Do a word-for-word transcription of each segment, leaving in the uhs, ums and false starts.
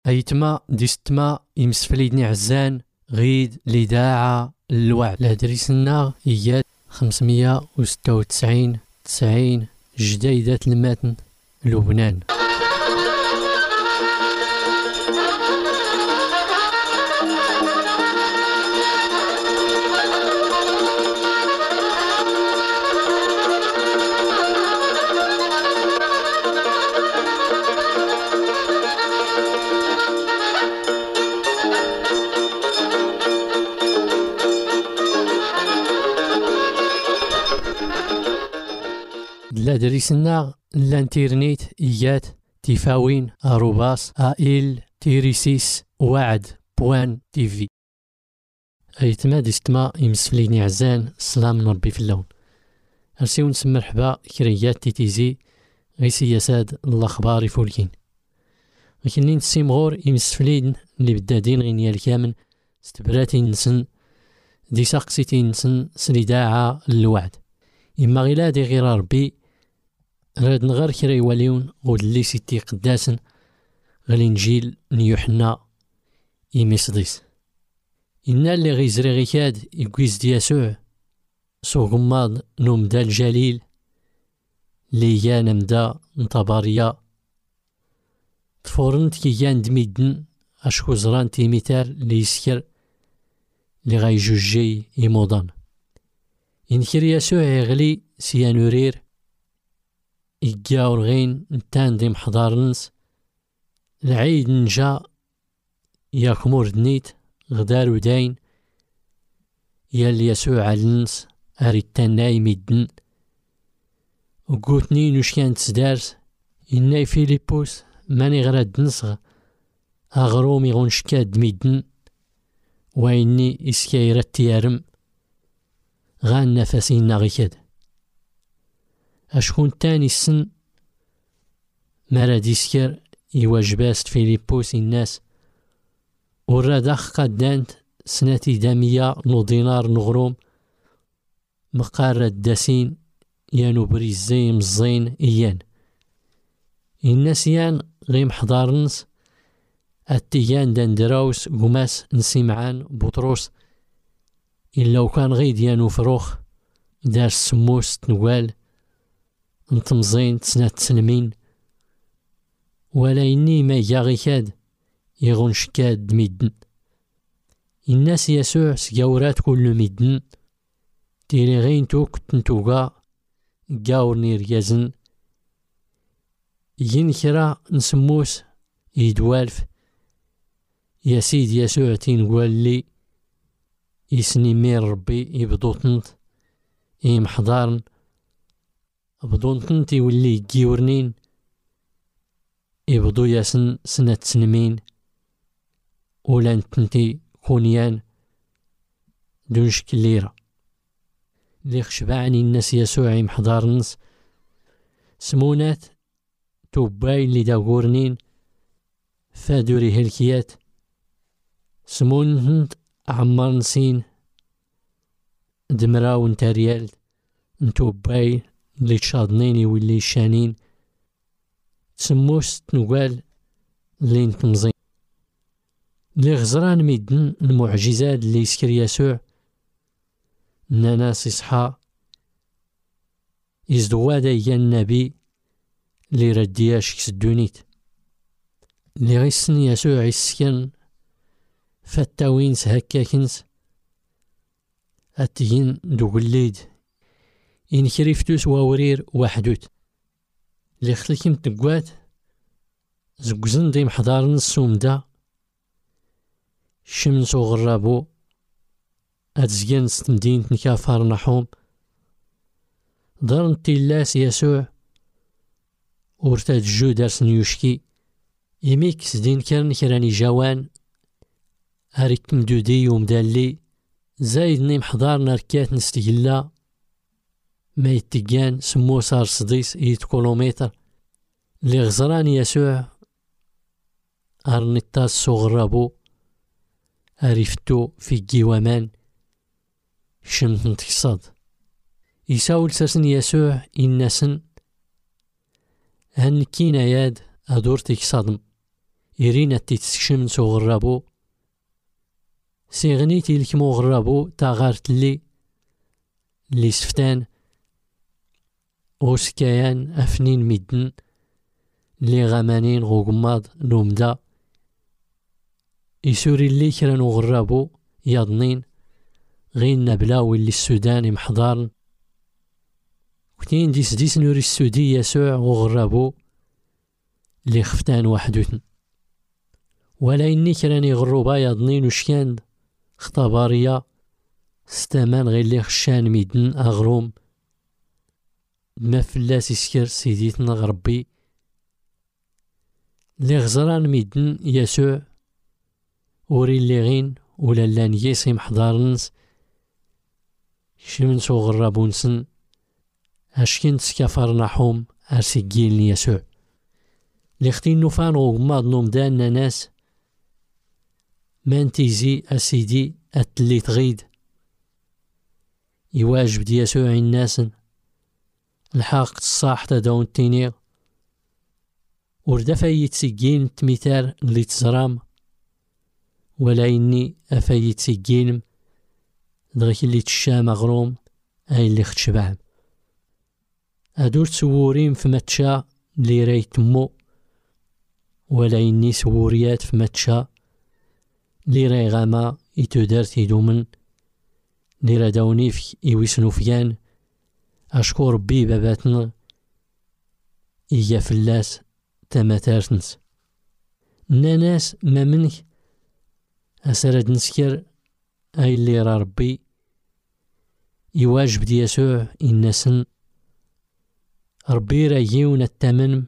أيتما ديستما يمسفليدني عزان غيد الإذاعة الوعد لهدريسنا إياد خمسمية وستة وتسعين تسعين جديدة المتن لبنان. لا دريسنا الانترنت إيات تيفاوين أروباس آيل تيريسيس وعد بوان تيفي. أيتما ديستما يمسفليني عزان السلام نربي في اللون. أرسيو نسمى مرحبا كريات تيتيزي غي سياساد الأخبار فولكين. لكنين السيمغور يمسفلين اللي بدادين غي نيال كامن استبراتي نسن دي ساقسيتي نسن سليداعة الوعد. إما غيلا دي غير ربي راد نغار كرا يواليون غود اللي سيتي قداسن غالي نجيل نيوحنا يميصديس. إنا اللي غيزري غيكاد يقويز دياسوع سو غماض نومدا الجليل لي نمدا نطباريا تفورنت كي كان دميدن أشكو زران تيميتار لي يسكر لي غايجوجي يموضان. إنكر يسوع يغلي سيانورير إيجاور غين نتان دي محضارنس العيد نجا ياكمور دنيت غدار وداين يالي يسوع علنس أريتان ناي ميدن وقوتني نوش كانت سدارس إناي فيليبوس ماني غراد نصغ أغرومي غنشكاد ميدن وإني إسكايرات تيارم غان نفسين ناغيكاد. أشكون تاني السن مرا ديسكر يواجباست فيليبوس الناس ورادخ قدانت سنتي دامية نو دينار نغروم مقارة داسين يانو بريزي مزين إيان الناس يان غيم حضارنس التيان داندراوس قماس نسيمعان بطروس إلا وكان غيد يانو فروخ دار سموس تنوال نتمزين تسنة تسلمين ولا إني ما ياغي كاد يغون شكاد ميدن. الناس يسوع سجاورات كل ميدن تيري غين توك تنتوغا جاور نيريازن ين كرا نسموس يدوالف يا سيد يسوع تينقوال لي يسني مير ربي يبدوطنت إيم حضارن بدونتنتي واللي جيورنين يبدو ياسن سنة سنمين ولانتنتي كونيان دونش كليرة اللي خشبعني الناس يسوع محضارنس سمونات توباي اللي داغورنين فادوري هلكيات سمونت عمار نسين دمراو نتاريال نتوباي اللي تشاضنيني واللي شانين تسموس تنقال اللي نتمزين اللي غزران ميدن المعجزات اللي يسكر يسوع ناس يصحى يزدوادا يا النبي اللي ردياش كسدونيت اللي غيسن يسوع يسكن فالتاوينس هكاكنس أتين دوغليد إن كريفتوس واورير وحدوت اللي خليكم تقوات زقزن ديم حضارن السومدا شمس وغرابو أتزجن ستندين نكافر نحوم دارن تيلاس يسوع ورتاد جو دارس نيوشكي يميكس دين كان كراني جوان هاريك مدودي ومدالي زايد نيم حضارنا ركات نستجلا ما يتقان سمو صار صديس ايت كيلومتر اللي غزران يسوع ارنطاس صغرابو عرفتو في الجيوامان شنت نتكصاد يساول ساسن يسوع إنسن هن كينا ياد أدور تكصادم إرينا تتسكشم سو غرابو سيغني تيلك مو غرابو تاغارت لي لي سفتان وسكايان أفنين ميدن لي غامانين غوغماض نومدا يسوري اللي كرانو غرابو ياضنين غين نبلاو اللي السودان محضارن وكتين ديس ديس نوري السودي يسوع وغرابو اللي خفتان وحدوثن ولا إني كراني غروبا ياضنين وشكاند خطاباريا ستامان غير اللي خشان ميدن أغروم ما فلاس يسكر سيديتنا غربي لي غزران ميدن يسوع وري اللي غين ولا لان يسي محضارنس شمن سو غرابونسن اشكين تسكافر نحوم ارسيجيل يسوع لختين نوفان وغماض نومدان ناس من تيزي اسيدي اتلي تغيد يواجب دي يسوع الناس الحاق الصاح تداون تينيغ وردفا يتسجين تميتار اللي تزرام ولا إني أفا يتسجينم دغيك اللي تشا مغروم أي اللي ختشبعم أدور تسوريم في متشا اللي رايتمو ولا إني سوريات في متشا اللي راي غاما يتودار تيدومن اللي راداوني في إيويسنو فيان أشكو ربي باباتنا إيا فلاس تماتارتنس ناناس ما منك أسرد نسكر أي اللي را ربي يواجب دي يسوع الناسن ربي را يون التمن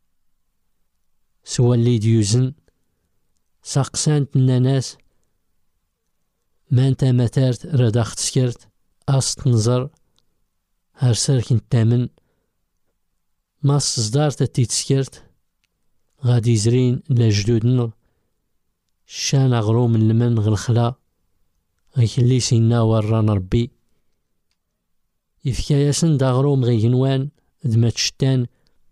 سوى اللي ديوزن ساقسانت الناس ما انت ماتارت رداخ تسكرت أصت نظر هرسرك التمن ما صدارت تيتسكرت غادي زرين لجدودنا شان أغرو من المن غلخلا غيكلي سينا وران ربي يفكاياسن داغروم غيجنوان دمات شتان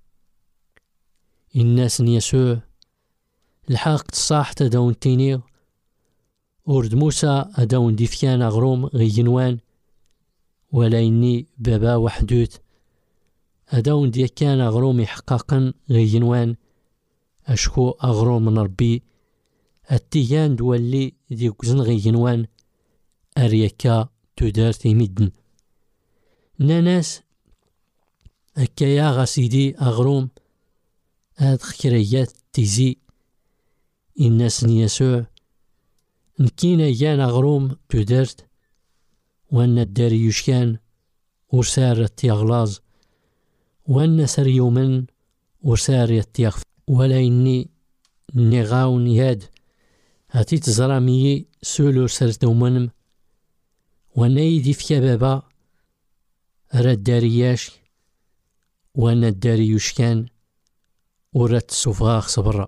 الناس يسوع الحاق تصاح تداون تينيغ ورد موسى أداون ديفكان أغروم غيجنوان ولا إني بابا وحدوت أداون ديكان أغروم يحققن غيجنوان أشكو أغروم من ربي التيان دولي ديك زن غيجنوان أريكا تدار تيمدن ناناس أكايا غاسيدي أغروم هاد خكريات تيزي الناس يسوع نكينا يان أغروم تدارت وأن الداري يشكان ورسار تيغلاز وأن سر يومن ورسار تيغف ولا إني نغاون ياد هاتي تزرامي سولو سرت ومنم وانا يدي في بابا راد دارياش وانا الداري يشكان ورات السفغاخ صبرا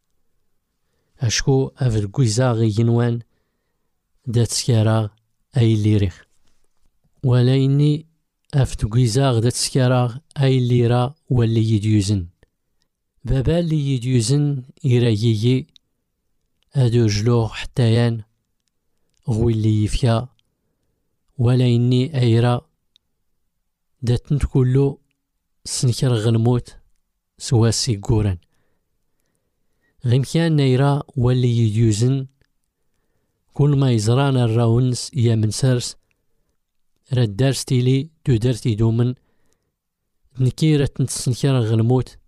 اشكو افر قويزا غينوان دات سكارا اي اللي ريخ ولا اني افت قويزا دات سكارا اي اللي را واللي يديوزن بابا اللي يديوزن إراييي أدو جلوغ حتايان غوي اللي يفيا ولا إني أيرا داتنت كلو سنكر غنموت سواسي قوران غيم كان نيرا واللي يديوزن كل ما يزران الراونس يا من سرس راد دارستيلي دو دارتي دومن نكيرة نتسنكر غنموت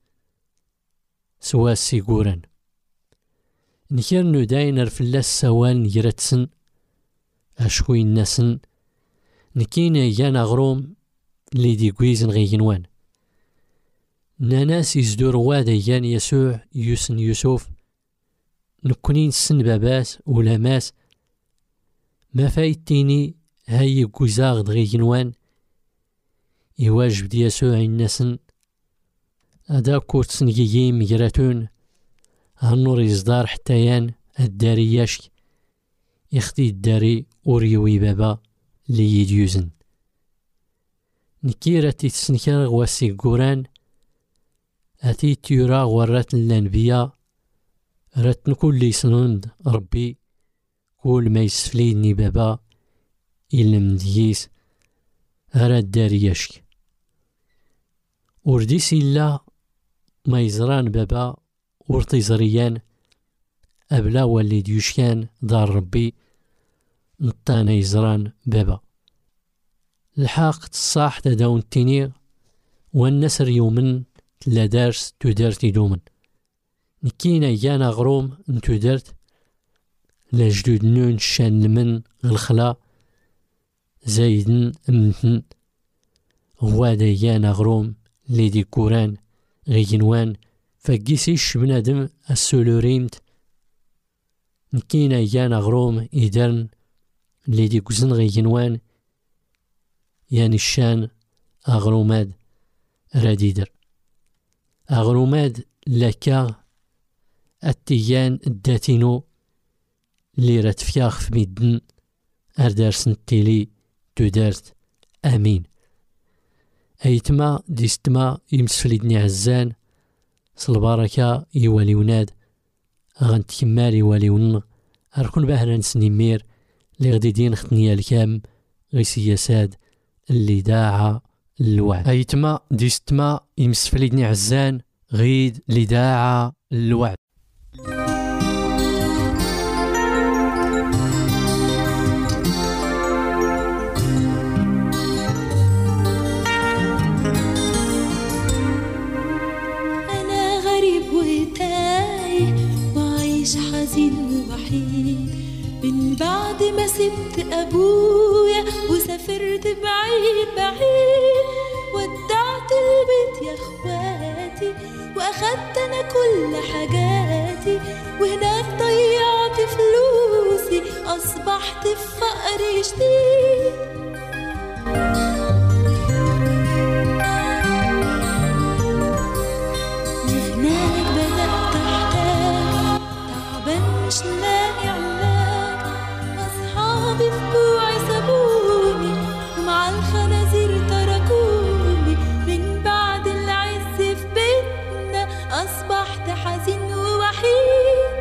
سواسي قوران نكير نوداين رفلاس سوان يرتسن أشكوي الناسن نكينا يان أغروم اللي دي قويزن غيجنوان ناناس يزدور وادا يان يسوع يوسن يوسف نكونين سن باباس ولاماس ما فايتيني هاي قويزاغ غيجنوان يواجب دي يسوع الناسن أدا كورتسن يجيم يراتون هالنور يزدار حتى الداري ياشك يختي الداري وريوي بابا لي يديوزن نكيرة تتسنكر غواسي قوران أتي تيورا غورات الأنبياء رات نكون لي سنند ربي كل ما يسفليني بابا إلا مديس راد دارياشك ورديس إلا ما يزران بابا ورتيزريان أبلا واللي ديوشكان دار ربي نطانا يزران بابا الحاق تصاح تداون التينيغ والنسر يومن تلا دارس تدارتي دومن نكينا يانا غروم نتو دارت لجدود نون شان لمن الخلا زايدن امتن غوادا يانا غروم ليدي كوران غينوان فقيسيش بنادم السولوريمت نكينا يانا غروم إدارن ليدي كوزن غينوان يعني الشان أغروماد راديدر أغروماد لكا التيان الداتينو اللي راتفياخ في ميدن أردارس نتيلي تدارت أمين أيتما ديستما يمسفليدني عزان صلباركا يواليوناد غانت كمال يواليون أركون باهنا نسنيمير اللي غدي دين ختنيا الكام غي سياساد اللي داعا الوعد أيتما ديستما يمسفليدني عزان غيد اللي داعا الوعد. أنا غريب وتايه وعايش حزين ووحيد من بعد ما سبت أبويا وسافرت بعيد بعيد ودعت البيت يا اخواتي واخدت انا كل حاجاتي وهناك ضيعت فلوسي اصبحت في فقر شديد وهناك بدأت احتاج تعبان مش لاقي علاج اصحابي في بوعي سابوني ومع الخنازير تركوني من بعد العز في بيتنا أصبحت حزين ووحيد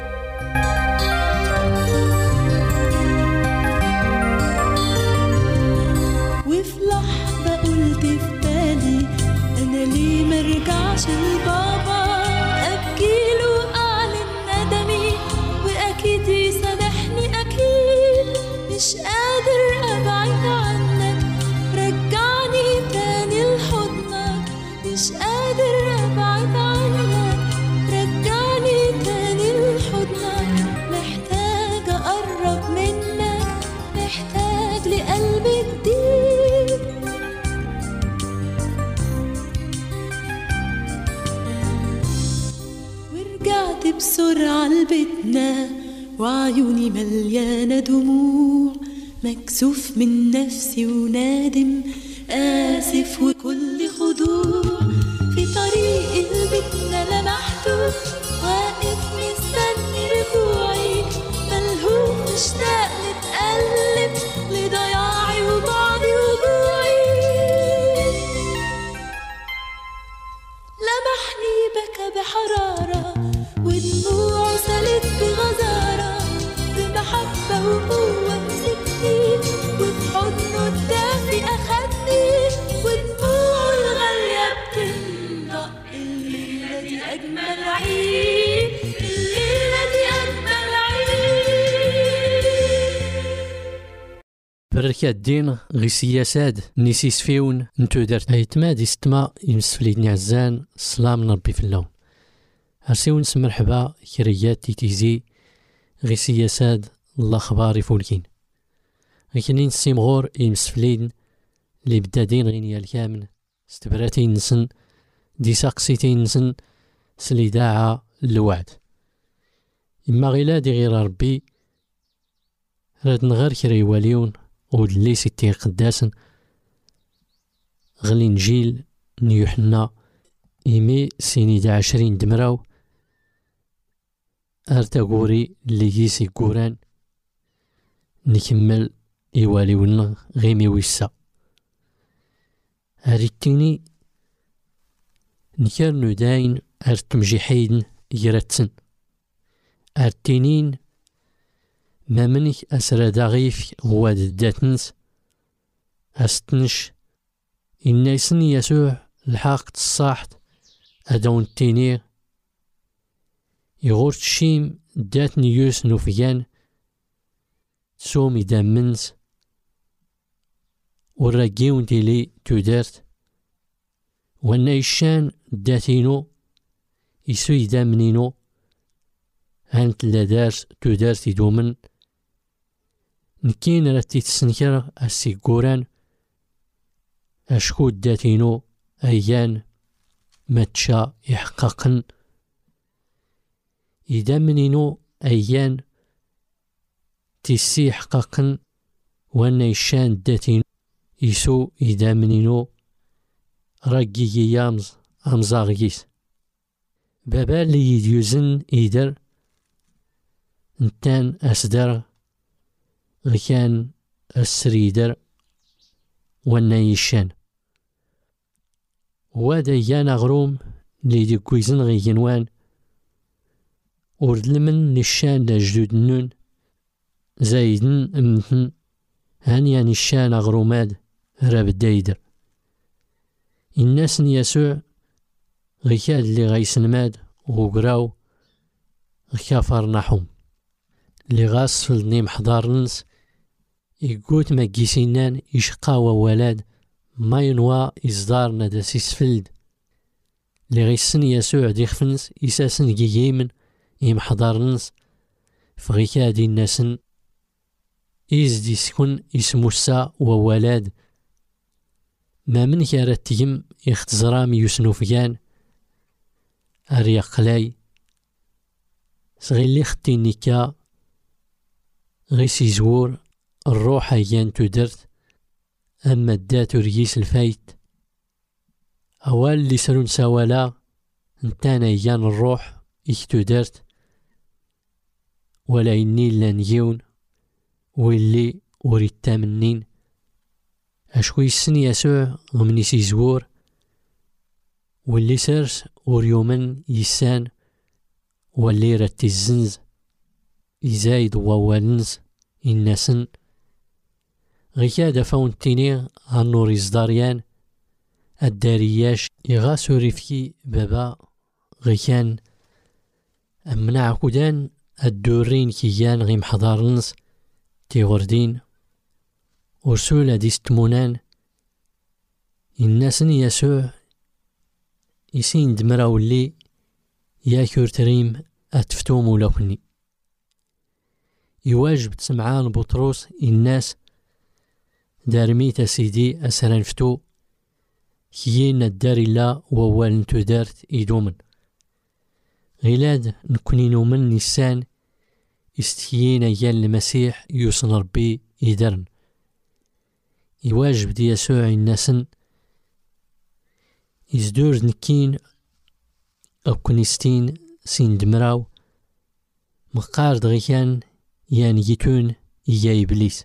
وفي لحظة قلت في بالي أنا ليه مرجعش لبابا أبكيله أعلن ندمي وأكيد يسامحني أكيد مش قادر أبعد عنك رجعني تاني لحضنك مش قادر أبعد عنك رجعني تاني لحضنك محتاج أقرب منك محتاج لقلب جديد ورجعت بسرعة لبيتنا وعيوني مليانة دموع مكسوف من نفسي ونادم آسف وكل خضوع في طريق بيتنا لمحته واقف مستني رجوعي ملهوف مشتاق متقلب لضياعي وبعدي وجوعي لمحني بكى بحرارة ودموعه سالت بغزارة بمحبة وقوة مسكني وفي حضنه الدافي أخدني ودموعه الغالية بتنطق الليلة دي أجمل عيد الليلة دي أجمل عيد بركة الدين غي سياساد نيسيس فيون نتو درت أيتما دي ستما يمسفليدني عزان السلام ربي في اللون هرسيون نسم مرحبا كريات تيتيزي غي سياساد الله خباري فولكين غيكنين السيمغور يمسفلين اللي بدادين غينيا الكامن استبراتين نسن دي ساقسيتين نسن سلي داعا الوعد إما غيلا دي غير ربي راد نغير كري واليون ودلي ستين قداسن غلي نجيل نيوحنا إيمي سيني دا عشرين دمراو أرتاقوري اللي يسي قوران نكمل إيوالي ون غيمي ويسا هاريتيني نكار نداين أرتمجي حيدن يرتسن ارتينين ما منك أسرى داغيف هو داتنس أستنش إن يسن يسوع الحق الصاحت أدون التينير يغور تشيم دات نيوس نوفيان سومي دامنس وراجيون ديلي تودرت وانا يشان داتينو يسو يدامنينو هانت لدارس تودرت يدومن نكين راتي تسنكر السيقوران أشكو داتينو أيان ماتشا يحققن يدامنينو أيان تيسي يحققن وانا يشان داتينو يسو يدامنينو راجي يامز أمزاغيس بابا اللي يديوزن إيدر نتان أسدر غكان السريدر وانا يشان وادا يانا غروم اللي دي كويزن غي جنوان وردلمن نشان لجدود النون زايدن امتن هانيا نشان غروماد راب الدايدر الناس يسوع غيكاد اللي غيسنماد وقراو غكافر نحوم اللي غاس في النيم حضارنس يقوت ما جيسينان يشقاوى ولاد ما ينوى إصدار ندا سيسفلد اللي غيسن يسوع ديخفنس يساسن جيجيمن يم حضارنس فغيكاد الناسن إز دي سكن اسمو السا وولاد ما من كارت تيم اختزرام يسنوفيان أريا قلاي صغيلي ختي نيكا غيسي زور الروح أيان تدرت أما الدات ريس الفايت أوال اللي سرون سوالا انتانا أيان الروح إيك تدرت ولا إني لانجيون واللي أريد تامنين أشكو يسن يسوع غمني سيزور واللي سرس أوريومن يسان واللي رتي الزنز يزايد ووالنز الناسن غيكاد فاون تينيغ هالنور يزداريان الدارياش يغاسو ريفكي بابا غيكان أمنع كودان الدورين كيان غيم حضارنز تيغردين ورسولة ديستمونان الناسن يسوع يسين دمراو اللي ياكور تريم أتفتوم ولكني يواجب تسمعان بطروس الناس دارميت سيدي أسران فتو كيين الدار الله ووال نتو دارت إيدومن غلاد نكونينو من نسان استكيين أيان المسيح يوصن ربي إيدرن يواجب دي يسوع الناسن يزدور نكين أو كنيستين سين دمراو مقارد غيكان يعني يتون إيا إبليس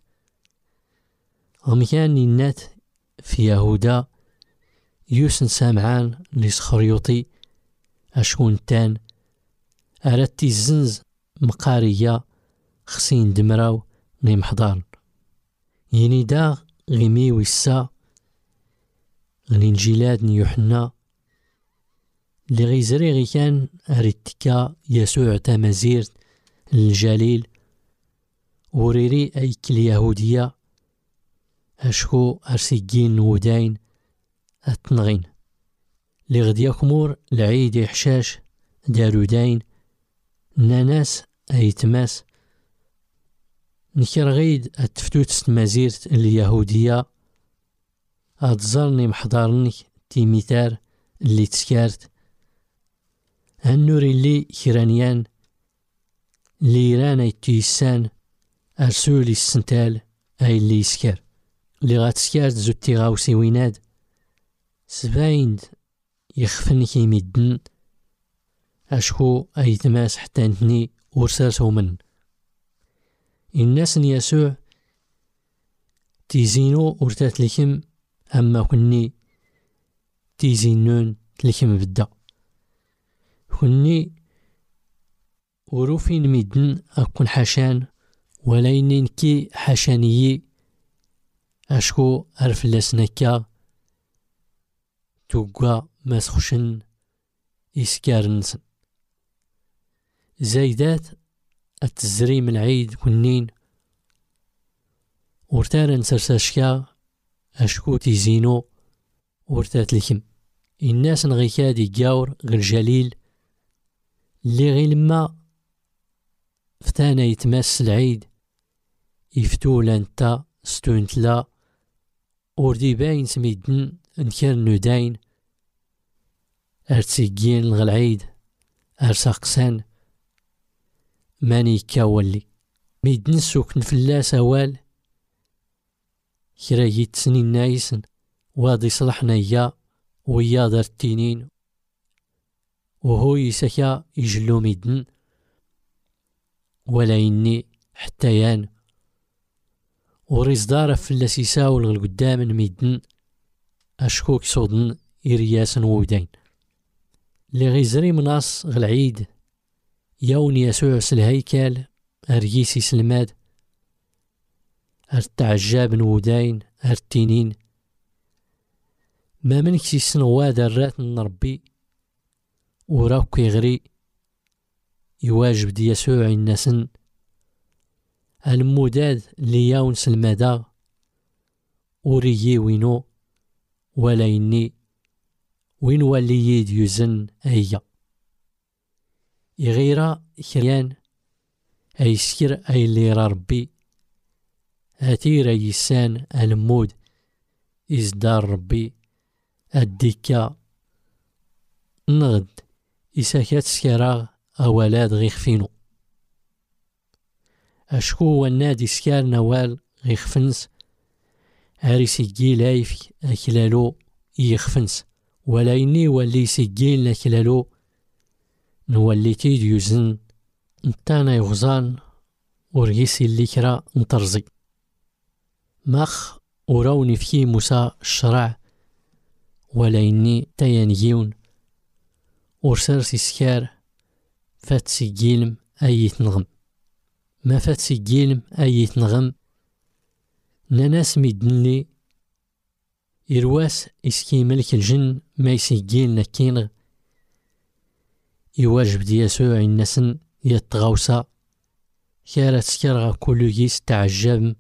غمكان النات في يهودا يوسن سامعان لسخريوطي أشكون تان أردتي الزنز مقارية خسين دمراو غيم حضار يني دا غيمي ويسا الإنجيلات نيوحنا اللي غيزري غي كان أريتكا يسوع تمازير الجليل وريري أيك اليهودية أشكو أرسيجين وداين أتنغين اللي غدي يكمور العيد إحشاش دارو داين ناناس أيتماس نكر غيد أتفتوت ستمازيرت اليهودية أتزرني محضرنك تيميتار اللي تسكارت هالنور اللي كرانيان اللي رانا يتيسان أرسولي السنتال أي اللي يسكر اللي غاتسكارت زوتي غاوسي ويناد سبايند يخفن كيميدن أشكو أي تماس حتى نتني ورساسو من الناس يسوع تيزينو ورتات لكم أما كني تيزينون لكم بدا كني وروفين ميدن أكون حشان ولا ينينكي حشانيي أشكو أرفلاسنكا توقع مسخشن إسكارنسن زايدات التزريم العيد كنين ورتارن سرساشكا أشكو تيزينو ورتات لكم الناس نغيكادي جاور غير جليل اللي غي لما فتانا يتماس العيد يفتو لانتا ستونتلا وردي باين سميدن انكر نوداين ارتسيجين غالعيد ارساقسان ماني كاولي ميدن سوكن فلاس اوال كرا يتسنين نايسن وادي صلحنا يا ويا دار التنين وهو يسكا يجلو ميدن ولا يني حتى يان وريز دار فلاس يساول القدام ميدن أشكوك صودن إرياسن وودين اللي غيزري مناص غالعيد يون يسوع سالهيكال أريسي سلماد أرتعجاب نودين أرتينين ما منك سنوا درات نربي وراك يغري يواجب دي يسوع الناسن المداد اللي يون سلمادا وريي وينو ولا يني وين وليد يزن أيا يغيرا كريان أي سكر أي اللي ربي أتيرا يسان المود إزدار ربي الدكا نغد إساكات سكراغ أولاد غيخفينو أشكو والنادي سكار نوال غيخفنس عريسي جيلايفك أكلالو يخفنس ولا إني ولي سجين لكلالو نولي تيد يوزن نتانا يغزان وريسي اللي كرا نطرزي ماخ وراوني فيه موسى الشرع ولا إني تيانيون ورسرسي سكار فات سجيلم أي تنغم ما فات سجيلم أي تنغم ناناس ميدنلي إرواس إسكي ملك الجن ما يسجين لكينغ يواجب دي يسوع النسن يتغوصا كارت سكرغا كلو يس تعجب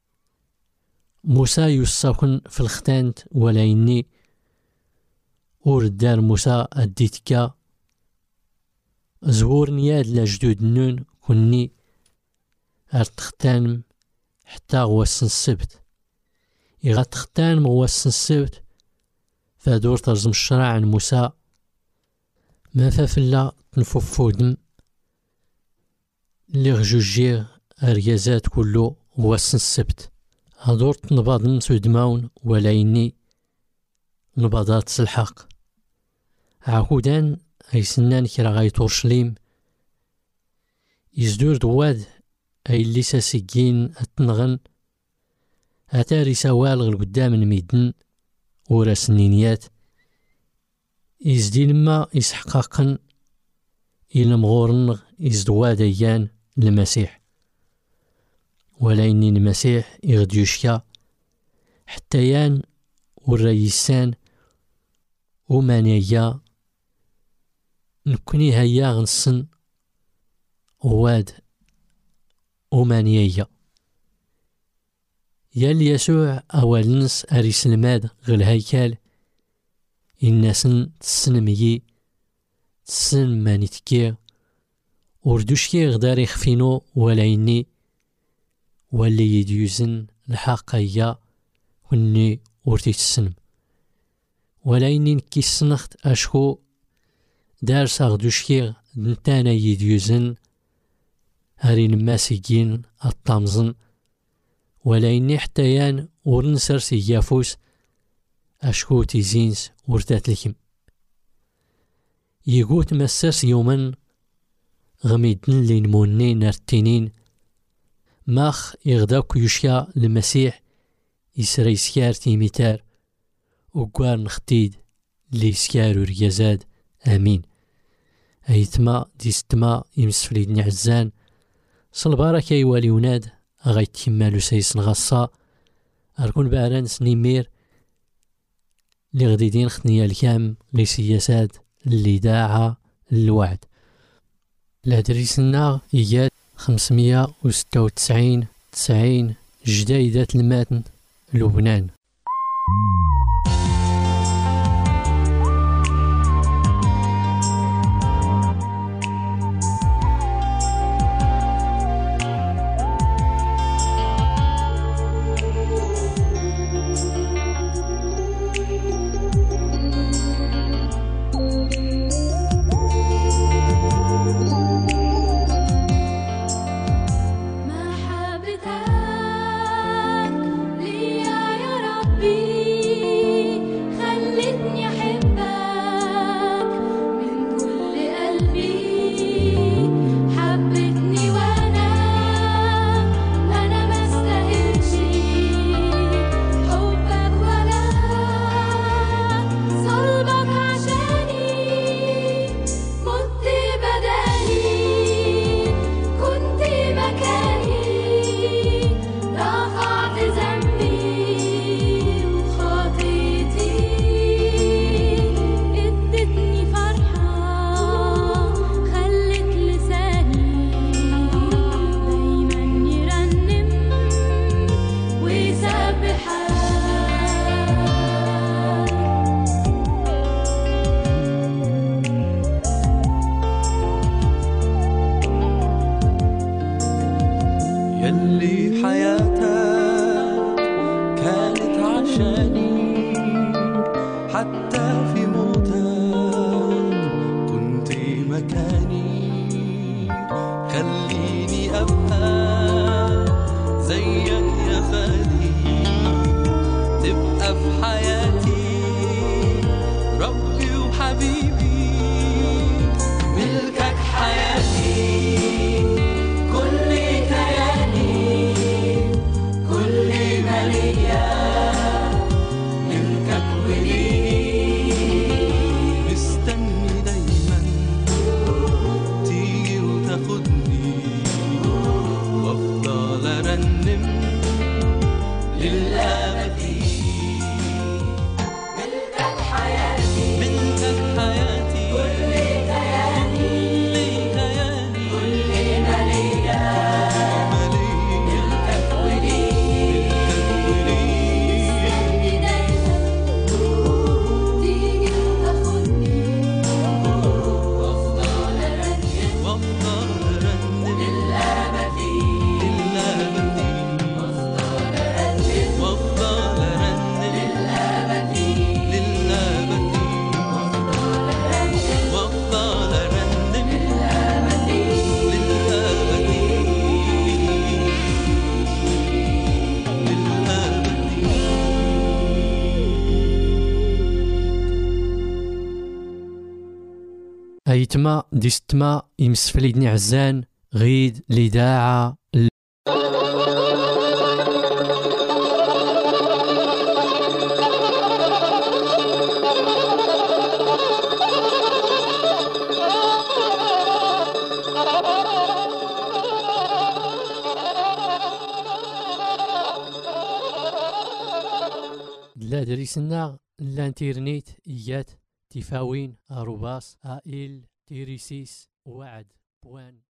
موسى يساكن في الختانت ولا إني وردار موسى أديتكا زور نياد لجدود نون كني أرتختانم حتى غواسن السبت إغا تختان مغواسن السبت فادور ترزم الشرع عن موسى ما فافلا تنفوف فودم اللي غجوجيغ أريازات كلو غواسن السبت هادور تنباضن سودماون ولا إني نباضات سلحق عاكودان أي سنان كرا غايت أورشليم يزدور دواد أي اللي ساسيجين التنغن أتاري سوال غير قدام الميدن ورا سنينيات يزدين ما يسحقاقن إلا مغورن يزدواد أيان المسيح ولا إني المسيح يغديوشكا حتى يان والرئيسان ومانيا نكوني هيا غنصن واد ومانيا يال يسوع أولنس أريس الماد غير هيكال الناسن تسنمي تسن مانيتكي وردوشكي غدار يخفينو ولا إني واللي يديوزن الحقيقة وني ورتي تسنم ولا إني نكي السنخت أشكو دار ساغدوشكي دنتانا يديوزن هارين ماسيجين الطامزن ولا إني حتى يان ورنسر سيافوس أشكو تيزينس ورتات لكم يقوت مساس يوما غميدن لين مونين نرتينين ماخ يغداك يشيا المسيح يسري سكار تيميتار وقوار نختيد لي سكار وريازاد آمين أيتما ديستما يمس ليدني عزان صلبارك يوالي وناد أغايت كمالو سيسن غصا أركون باران سنيمير اللي غديدين خطنيا الكام لي سياسات اللي داعة الوعد. الهدريسنا إيجاد خمسمية وستة وتسعين تسعين جدايدة الماتن لبنان. يلي حياتك كانت عشاني حتى في موتك كنت مكاني، خليني أبقى زيك يا فادي، تبقى في حياتي ربي وحبيبي، ملكك حياتي أيتما ديستما يمسفليدني عزان غيد لداعة. لا دريسنا الانترنت إيات تفاوين أروباس آئل تيريسيس وعد بوان